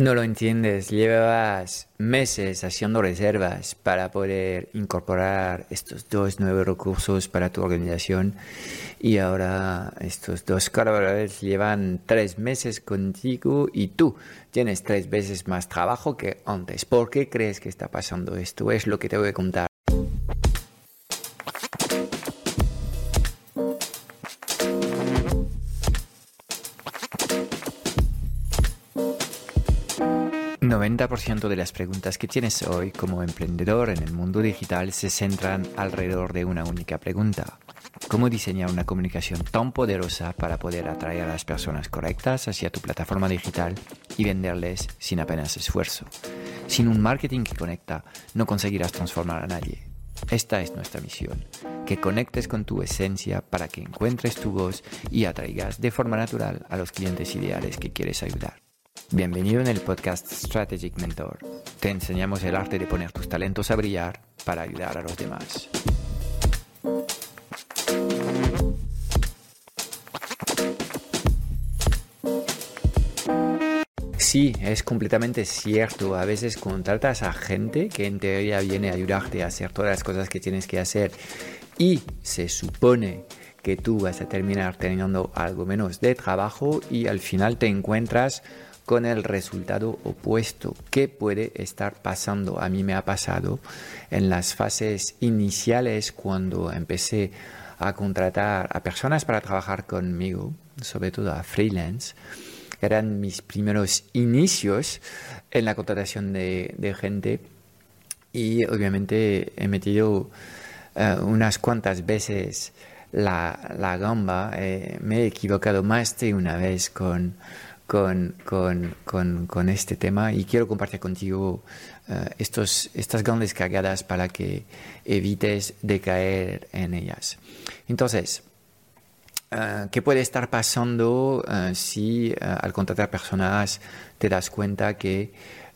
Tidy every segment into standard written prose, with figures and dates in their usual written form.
No lo entiendes, llevas meses haciendo reservas para poder incorporar estos dos nuevos recursos para tu organización y ahora estos dos colaboradores llevan 3 meses contigo y tú tienes 3 veces más trabajo que antes. ¿Por qué crees que está pasando esto? Es lo que te voy a contar. El 90% de las preguntas que tienes hoy como emprendedor en el mundo digital se centran alrededor de una única pregunta. ¿Cómo diseñar una comunicación tan poderosa para poder atraer a las personas correctas hacia tu plataforma digital y venderles sin apenas esfuerzo? Sin un marketing que conecta, no conseguirás transformar a nadie. Esta es nuestra misión, que conectes con tu esencia para que encuentres tu voz y atraigas de forma natural a los clientes ideales que quieres ayudar. Bienvenido en el podcast Strategic Mentor. Te enseñamos el arte de poner tus talentos a brillar para ayudar a los demás. Sí, es completamente cierto. A veces contratas a gente que en teoría viene a ayudarte a hacer todas las cosas que tienes que hacer y se supone que tú vas a terminar teniendo algo menos de trabajo y al final te encuentras con el resultado opuesto. ¿Qué puede estar pasando? A mí me ha pasado en las fases iniciales cuando empecé a contratar a personas para trabajar conmigo, sobre todo a freelance. Eran mis primeros inicios en la contratación de gente y obviamente he metido unas cuantas veces la gamba. Me he equivocado más de una vez con este tema y quiero compartir contigo estas grandes cagadas para que evites de caer en ellas. Entonces, ¿qué puede estar pasando si al contratar personas te das cuenta que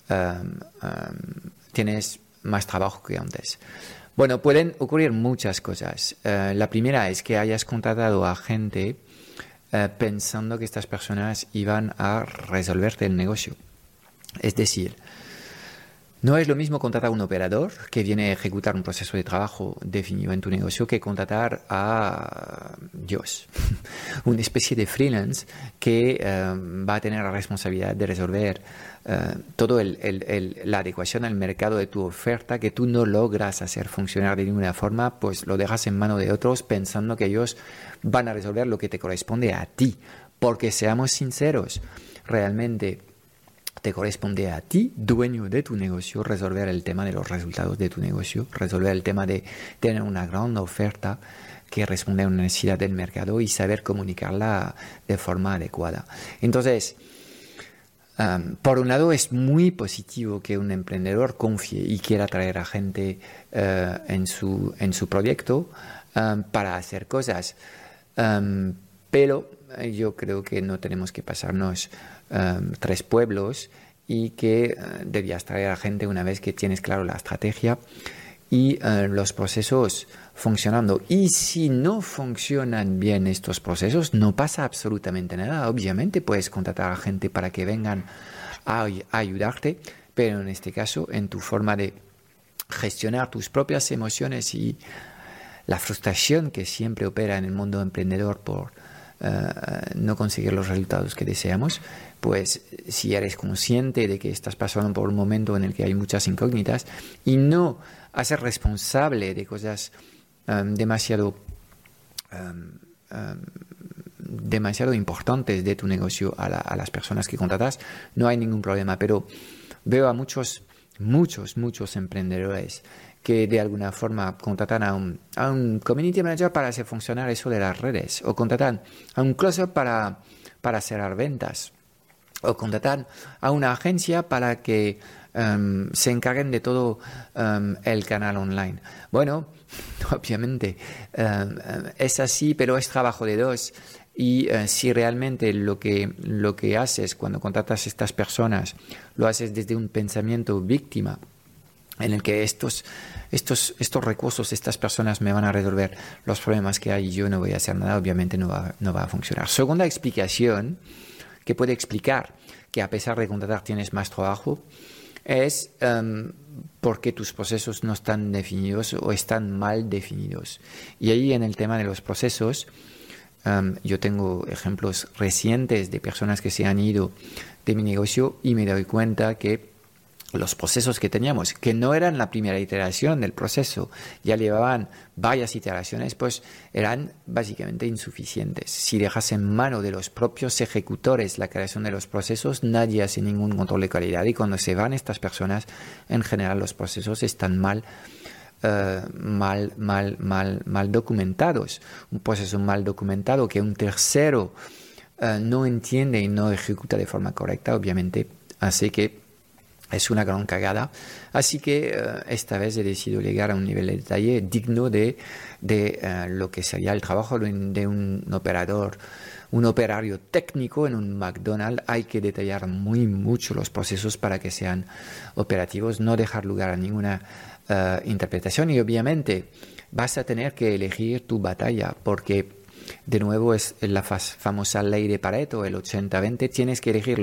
tienes más trabajo que antes? Bueno, pueden ocurrir muchas cosas. La primera es que hayas contratado a gente pensando que estas personas iban a resolverte el negocio. Es decir, no es lo mismo contratar a un operador que viene a ejecutar un proceso de trabajo definido en tu negocio que contratar a Dios, una especie de freelance que va a tener la responsabilidad de resolver toda la adecuación al mercado de tu oferta que tú no logras hacer funcionar de ninguna forma, pues lo dejas en manos de otros pensando que ellos van a resolver lo que te corresponde a ti. Porque seamos sinceros, realmente te corresponde a ti, dueño de tu negocio, resolver el tema de los resultados de tu negocio, resolver el tema de tener una gran oferta que responde a una necesidad del mercado y saber comunicarla de forma adecuada. Entonces, por un lado es muy positivo que un emprendedor confíe y quiera traer a gente en su proyecto para hacer cosas, pero yo creo que no tenemos que pasarnos 3 pueblos y que debías traer a gente una vez que tienes claro la estrategia y los procesos funcionando. Y si no funcionan bien estos procesos, no pasa absolutamente nada. Obviamente puedes contratar a gente para que vengan a ayudarte, pero en este caso, en tu forma de gestionar tus propias emociones y la frustración que siempre opera en el mundo emprendedor por no conseguir los resultados que deseamos, pues si eres consciente de que estás pasando por un momento en el que hay muchas incógnitas y no hacer responsable de cosas demasiado importantes de tu negocio a las personas que contratas, no hay ningún problema. Pero veo a muchos emprendedores que de alguna forma contratan a un community manager para hacer funcionar eso de las redes, o contratan a un closer para cerrar ventas, o contratan a una agencia para que se encarguen de todo el canal online. Bueno, obviamente es así, pero es trabajo de dos. Y si realmente lo que haces cuando contratas a estas personas lo haces desde un pensamiento víctima, en el que estos recursos, estas personas me van a resolver los problemas que hay y yo no voy a hacer nada, obviamente no va a funcionar. Segunda explicación que puede explicar que a pesar de contratar tienes más trabajo, es porque tus procesos no están definidos o están mal definidos. Y ahí en el tema de los procesos, yo tengo ejemplos recientes de personas que se han ido de mi negocio y me doy cuenta que los procesos que teníamos, que no eran la primera iteración del proceso, ya llevaban varias iteraciones, pues eran básicamente insuficientes. Si dejas en mano de los propios ejecutores la creación de los procesos, nadie hace ningún control de calidad y cuando se van estas personas, en general los procesos están mal documentados. Un proceso mal documentado que un tercero no entiende y no ejecuta de forma correcta, obviamente hace que es una gran cagada. Así que esta vez he decidido llegar a un nivel de detalle digno de lo que sería el trabajo de un operario técnico en un McDonald's. Hay que detallar mucho los procesos para que sean operativos, no dejar lugar a ninguna interpretación y obviamente vas a tener que elegir tu batalla porque de nuevo es la famosa ley de Pareto, el 80-20, tienes que elegir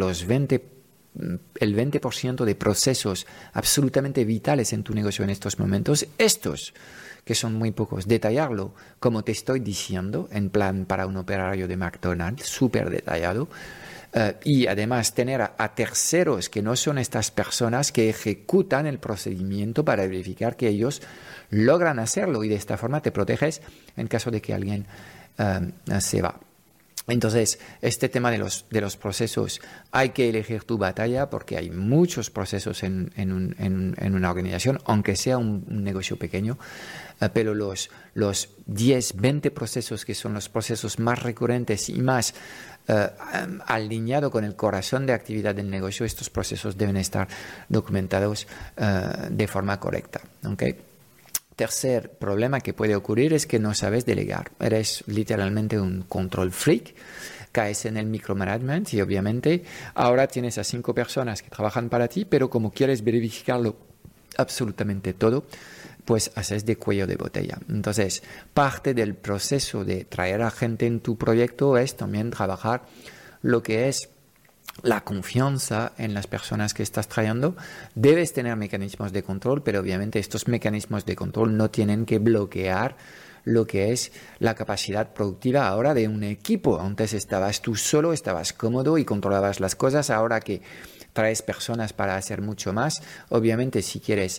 el 20% de procesos absolutamente vitales en tu negocio en estos momentos, estos que son muy pocos, detallarlo como te estoy diciendo, en plan para un operario de McDonald's, súper detallado, y además tener a terceros que no son estas personas que ejecutan el procedimiento para verificar que ellos logran hacerlo y de esta forma te proteges en caso de que alguien se va. Entonces, este tema de los procesos, hay que elegir tu batalla porque hay muchos procesos en una organización, aunque sea un negocio pequeño, pero los 10, 20 procesos que son los procesos más recurrentes y más alineados con el corazón de actividad del negocio, estos procesos deben estar documentados de forma correcta. ¿Okay? Tercer problema que puede ocurrir es que no sabes delegar. Eres literalmente un control freak, caes en el micromanagement y obviamente ahora tienes a 5 personas que trabajan para ti, pero como quieres verificarlo absolutamente todo, pues haces de cuello de botella. Entonces, parte del proceso de traer a gente en tu proyecto es también trabajar lo que es la confianza en las personas que estás trayendo. Debes tener mecanismos de control, pero obviamente estos mecanismos de control no tienen que bloquear lo que es la capacidad productiva ahora de un equipo. Antes estabas tú solo, estabas cómodo y controlabas las cosas. Ahora que traes personas para hacer mucho más, obviamente si quieres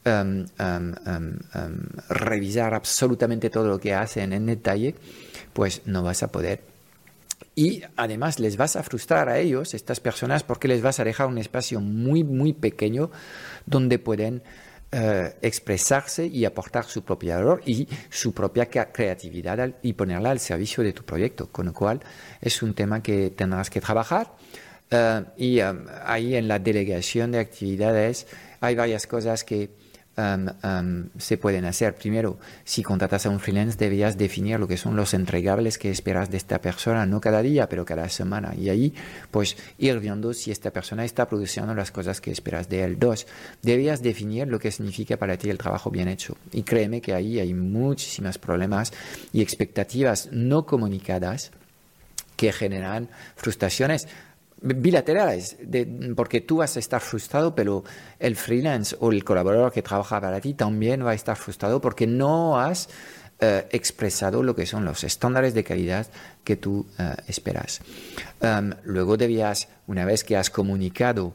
revisar absolutamente todo lo que hacen en detalle, pues no vas a poder. Y además les vas a frustrar a ellos, estas personas, porque les vas a dejar un espacio muy pequeño donde pueden expresarse y aportar su propio valor y su propia creatividad y ponerla al servicio de tu proyecto. Con lo cual es un tema que tendrás que trabajar. Y ahí en la delegación de actividades hay varias cosas que se pueden hacer. Primero, si contratas a un freelance, deberías definir lo que son los entregables que esperas de esta persona, no cada día, pero cada semana. Y ahí, pues, ir viendo si esta persona está produciendo las cosas que esperas de él. 2, deberías definir lo que significa para ti el trabajo bien hecho. Y créeme que ahí hay muchísimos problemas y expectativas no comunicadas que generan frustraciones bilaterales, porque tú vas a estar frustrado, pero el freelance o el colaborador que trabaja para ti también va a estar frustrado porque no has expresado lo que son los estándares de calidad que tú esperas. Luego debías, una vez que has comunicado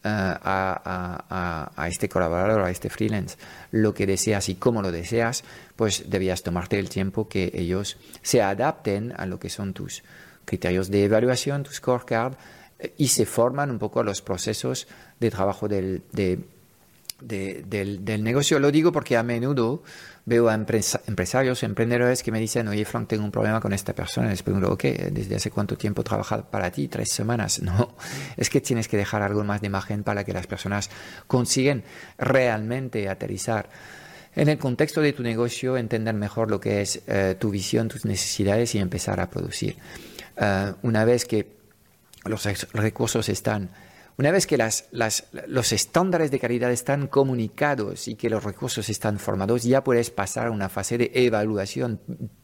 a este colaborador, a este freelance, lo que deseas y cómo lo deseas, pues debías tomarte el tiempo que ellos se adapten a lo que son tus criterios de evaluación, tu scorecard, y se forman un poco los procesos de trabajo del negocio. Lo digo porque a menudo veo a empresarios, emprendedores que me dicen: oye, Frank, tengo un problema con esta persona. Les pregunto: ok, ¿desde hace cuánto tiempo trabaja para ti? 3 semanas. No, es que tienes que dejar algo más de margen para que las personas consigan realmente aterrizar en el contexto de tu negocio, entender mejor lo que es tu visión, tus necesidades y empezar a producir. Una vez que los recursos están Una vez que los estándares de calidad están comunicados y que los recursos están formados, ya puedes pasar a una fase de evaluación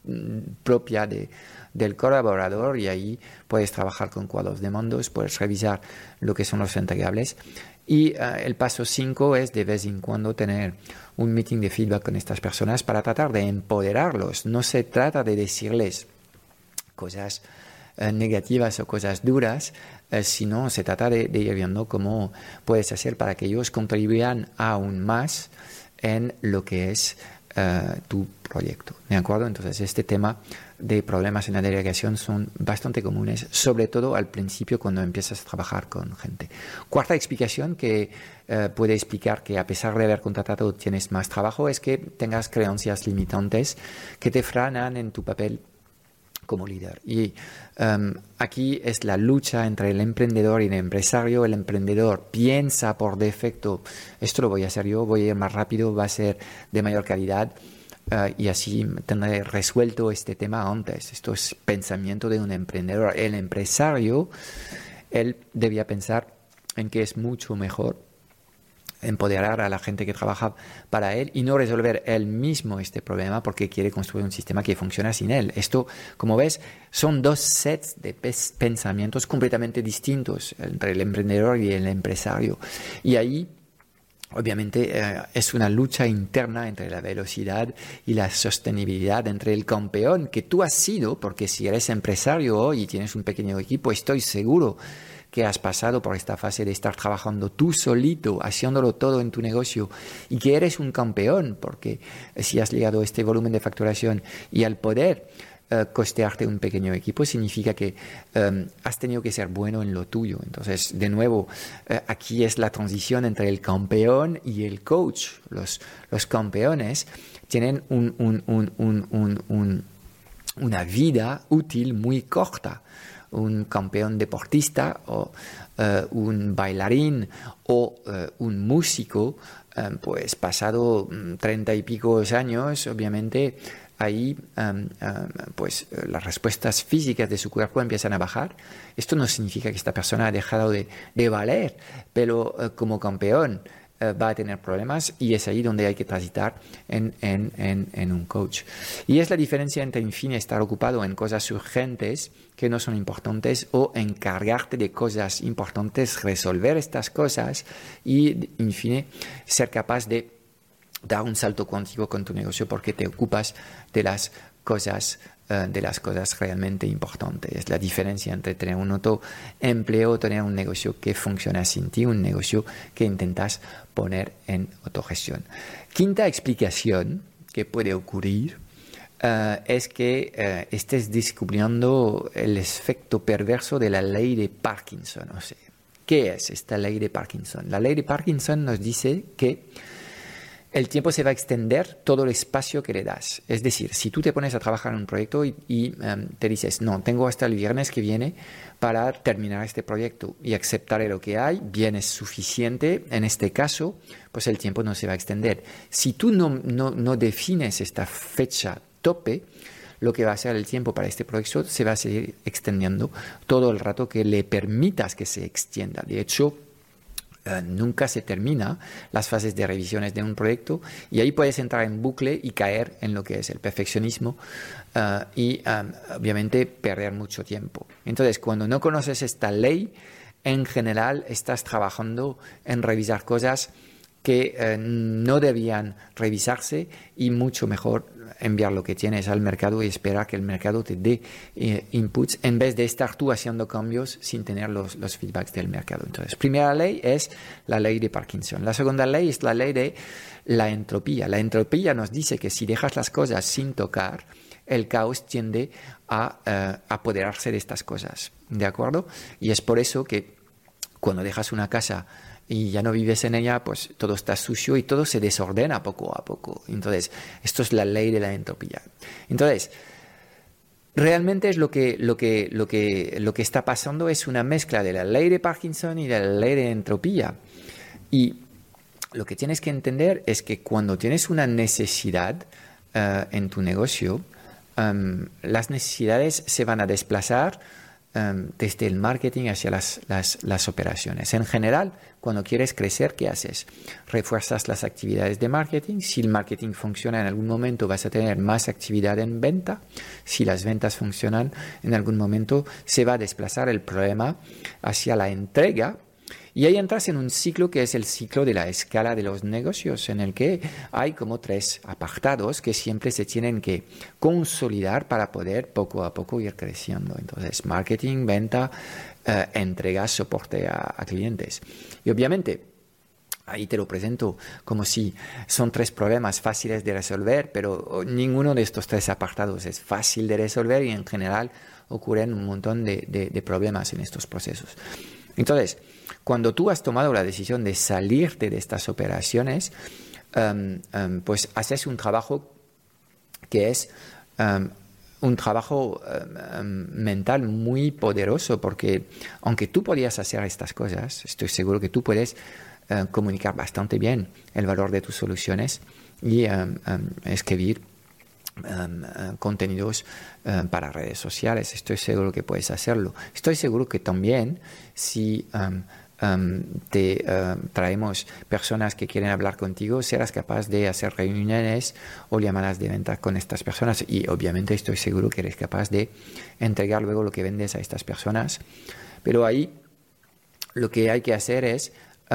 propia del colaborador, y ahí puedes trabajar con cuadros de mandos, puedes revisar lo que son los entregables. Y el paso 5 es de vez en cuando tener un meeting de feedback con estas personas para tratar de empoderarlos. No se trata de decirles cosas negativas o cosas duras, sino se trata de ir viendo cómo puedes hacer para que ellos contribuyan aún más en lo que es tu proyecto. ¿De acuerdo? Entonces, este tema de problemas en la delegación son bastante comunes, sobre todo al principio cuando empiezas a trabajar con gente. Cuarta explicación que puede explicar que a pesar de haber contratado tienes más trabajo es que tengas creencias limitantes que te frenan en tu papel como líder. Y aquí es la lucha entre el emprendedor y el empresario. El emprendedor piensa por defecto, esto lo voy a hacer yo, voy a ir más rápido, va a ser de mayor calidad, y así tendré resuelto este tema antes. Esto es pensamiento de un emprendedor. El empresario, él debía pensar en que es mucho mejor empoderar a la gente que trabaja para él y no resolver él mismo este problema porque quiere construir un sistema que funciona sin él. Esto, como ves, son dos sets de pensamientos completamente distintos entre el emprendedor y el empresario. Y ahí, obviamente, es una lucha interna entre la velocidad y la sostenibilidad, entre el campeón que tú has sido, porque si eres empresario hoy y tienes un pequeño equipo, estoy seguro que has pasado por esta fase de estar trabajando tú solito, haciéndolo todo en tu negocio, y que eres un campeón, porque si has llegado a este volumen de facturación y al poder costearte un pequeño equipo, significa que has tenido que ser bueno en lo tuyo. Entonces, de nuevo, aquí es la transición entre el campeón y el coach. Los campeones tienen una vida útil muy corta. Un campeón deportista o un bailarín o un músico, pues pasado 30 y pico años, obviamente ahí pues las respuestas físicas de su cuerpo empiezan a bajar. Esto no significa que esta persona ha dejado de valer, pero como campeón va a tener problemas, y es ahí donde hay que transitar en un coach. Y es la diferencia entre, en fin, estar ocupado en cosas urgentes que no son importantes o encargarte de cosas importantes, resolver estas cosas y, en fin, ser capaz de dar un salto cuántico con tu negocio porque te ocupas de las cosas realmente importantes. Es la diferencia entre tener un autoempleo o tener un negocio que funciona sin ti, un negocio que intentas poner en autogestión. Quinta explicación que puede ocurrir es que estés descubriendo el efecto perverso de la ley de Parkinson. O sea, ¿qué es esta ley de Parkinson? La ley de Parkinson nos dice que el tiempo se va a extender todo el espacio que le das. Es decir, si tú te pones a trabajar en un proyecto y te dices, no, tengo hasta el viernes que viene para terminar este proyecto y aceptaré lo que hay, bien es suficiente. En este caso, pues el tiempo no se va a extender. Si tú no defines esta fecha tope, lo que va a ser el tiempo para este proyecto se va a seguir extendiendo todo el rato que le permitas que se extienda. De hecho, nunca se termina las fases de revisiones de un proyecto, y ahí puedes entrar en bucle y caer en lo que es el perfeccionismo y obviamente perder mucho tiempo. Entonces, cuando no conoces esta ley, en general estás trabajando en revisar cosas que no debían revisarse, y mucho mejor enviar lo que tienes al mercado y esperar que el mercado te dé inputs en vez de estar tú haciendo cambios sin tener los feedbacks del mercado. Entonces, primera ley es la ley de Parkinson. La segunda ley es la ley de la entropía. La entropía nos dice que si dejas las cosas sin tocar, el caos tiende a apoderarse de estas cosas. ¿De acuerdo? Y es por eso que cuando dejas una casa y ya no vives en ella, pues todo está sucio y todo se desordena poco a poco. Entonces, esto es la ley de la entropía. Entonces, realmente es lo que está pasando es una mezcla de la ley de Parkinson y de la ley de entropía. Y lo que tienes que entender es que cuando tienes una necesidad en tu negocio, las necesidades se van a desplazar desde el marketing hacia las operaciones. En general, cuando quieres crecer, ¿qué haces? Refuerzas las actividades de marketing. Si el marketing funciona, en algún momento vas a tener más actividad en venta. Si las ventas funcionan, en algún momento se va a desplazar el problema hacia la entrega. Y ahí entras en un ciclo que es el ciclo de la escala de los negocios, en el que hay como 3 apartados que siempre se tienen que consolidar para poder poco a poco ir creciendo. Entonces, marketing, venta, entrega, soporte a clientes. Y obviamente, ahí te lo presento como si son 3 problemas fáciles de resolver, pero ninguno de estos 3 apartados es fácil de resolver y en general ocurren un montón de problemas en estos procesos. Entonces, cuando tú has tomado la decisión de salirte de estas operaciones, pues haces un trabajo que es un trabajo mental muy poderoso, porque aunque tú podías hacer estas cosas, estoy seguro que tú puedes comunicar bastante bien el valor de tus soluciones y escribir contenidos para redes sociales. Estoy seguro que puedes hacerlo. Estoy seguro que también si te traemos personas que quieren hablar contigo, serás capaz de hacer reuniones o llamadas de venta con estas personas, y obviamente estoy seguro que eres capaz de entregar luego lo que vendes a estas personas. Pero ahí lo que hay que hacer es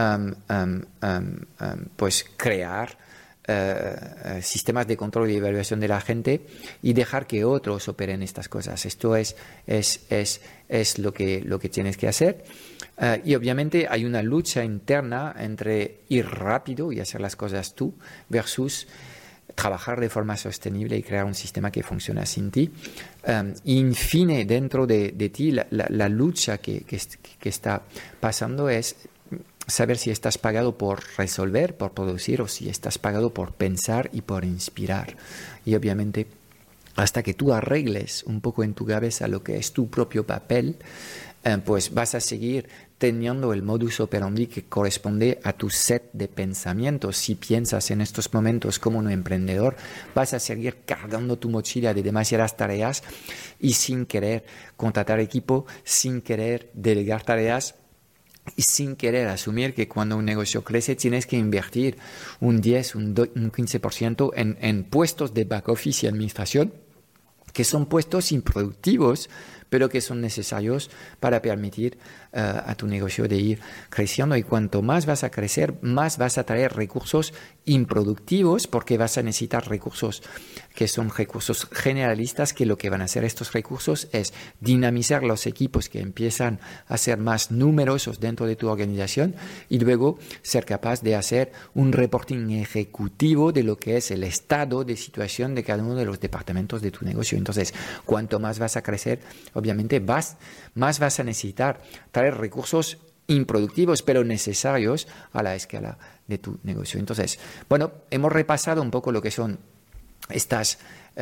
pues crear sistemas de control y evaluación de la gente y dejar que otros operen estas cosas. Esto es lo que tienes que hacer. Y obviamente hay una lucha interna entre ir rápido y hacer las cosas tú versus trabajar de forma sostenible y crear un sistema que funciona sin ti. In fine, dentro de ti, la lucha que está pasando es saber si estás pagado por resolver, por producir, o si estás pagado por pensar y por inspirar. Y obviamente, hasta que tú arregles un poco en tu cabeza lo que es tu propio papel, pues vas a seguir teniendo el modus operandi que corresponde a tu set de pensamientos. Si piensas en estos momentos como un emprendedor, vas a seguir cargando tu mochila de demasiadas tareas y sin querer contratar equipo, sin querer delegar tareas, y sin querer asumir que cuando un negocio crece tienes que invertir un 10, un 15% en puestos de back office y administración, que son puestos improductivos, pero que son necesarios para permitir a tu negocio de ir creciendo. Y cuanto más vas a crecer, más vas a traer recursos improductivos, porque vas a necesitar recursos que son recursos generalistas, que lo que van a hacer estos recursos es dinamizar los equipos que empiezan a ser más numerosos dentro de tu organización y luego ser capaz de hacer un reporting ejecutivo de lo que es el estado de situación de cada uno de los departamentos de tu negocio. Entonces, cuanto más vas a crecer, obviamente más vas a necesitar traer recursos improductivos, pero necesarios a la escala de tu negocio. Entonces, bueno, hemos repasado un poco lo que son estas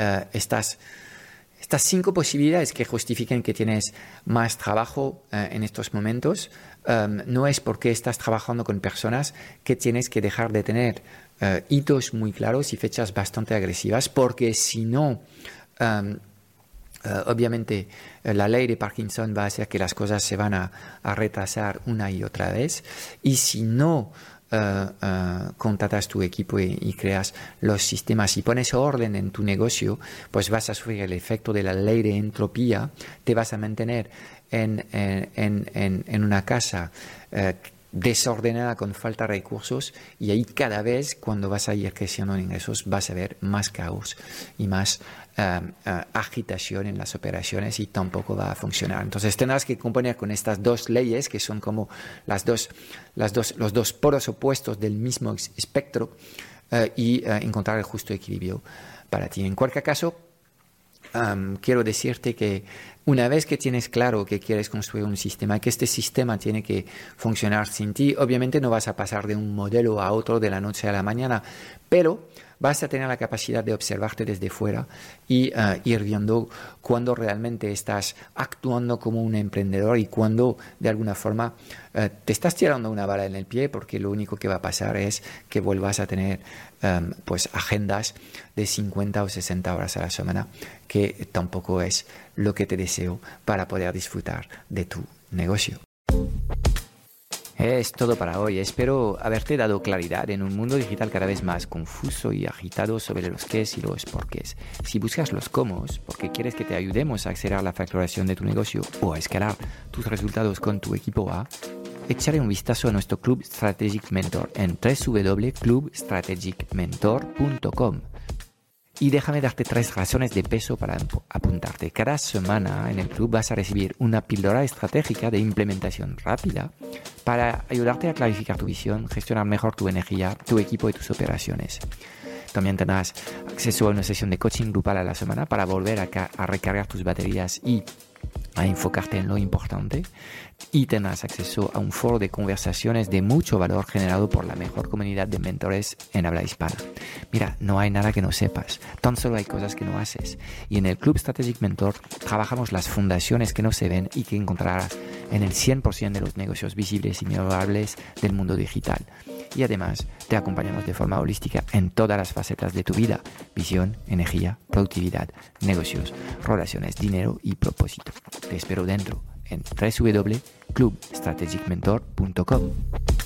5 posibilidades que justifiquen que tienes más trabajo en estos momentos. No es porque estás trabajando con personas que tienes que dejar de tener hitos muy claros y fechas bastante agresivas, porque si no, obviamente la ley de Parkinson va a hacer que las cosas se van a retrasar una y otra vez, y si no contratas tu equipo y creas los sistemas y pones orden en tu negocio, pues vas a sufrir el efecto de la ley de entropía, te vas a mantener en una casa desordenada con falta de recursos, y ahí cada vez cuando vas a ir creciendo en ingresos vas a ver más caos y más agitación en las operaciones, y tampoco va a funcionar. Entonces tendrás que componer con estas 2 leyes que son como los dos polos opuestos del mismo espectro, y encontrar el justo equilibrio para ti. En cualquier caso, quiero decirte que una vez que tienes claro que quieres construir un sistema, que este sistema tiene que funcionar sin ti, obviamente no vas a pasar de un modelo a otro de la noche a la mañana, pero vas a tener la capacidad de observarte desde fuera y ir viendo cuándo realmente estás actuando como un emprendedor y cuándo de alguna forma te estás tirando una bala en el pie, porque lo único que va a pasar es que vuelvas a tener pues agendas de 50 o 60 horas a la semana, que tampoco es lo que te deseo para poder disfrutar de tu negocio. Es todo para hoy. Espero haberte dado claridad en un mundo digital cada vez más confuso y agitado sobre los qués y los porqués. Si buscas los cómo, porque quieres que te ayudemos a acelerar la facturación de tu negocio o a escalar tus resultados con tu equipo A, echaré un vistazo a nuestro Club Strategic Mentor en www.clubstrategicmentor.com. Y déjame darte 3 razones de peso para apuntarte. Cada semana en el club vas a recibir una píldora estratégica de implementación rápida para ayudarte a clarificar tu visión, gestionar mejor tu energía, tu equipo y tus operaciones. También tendrás acceso a una sesión de coaching grupal a la semana para volver a recargar tus baterías y a enfocarte en lo importante. Y tendrás acceso a un foro de conversaciones de mucho valor generado por la mejor comunidad de mentores en habla hispana. Mira, no hay nada que no sepas, tan solo hay cosas que no haces. Y en el Club Strategic Mentor trabajamos las fundaciones que no se ven y que encontrarás en el 100% de los negocios visibles y mejorables del mundo digital. Y además te acompañamos de forma holística en todas las facetas de tu vida: visión, energía, productividad, negocios, relaciones, dinero y propósito. Te espero dentro en www.clubstrategicmentor.com.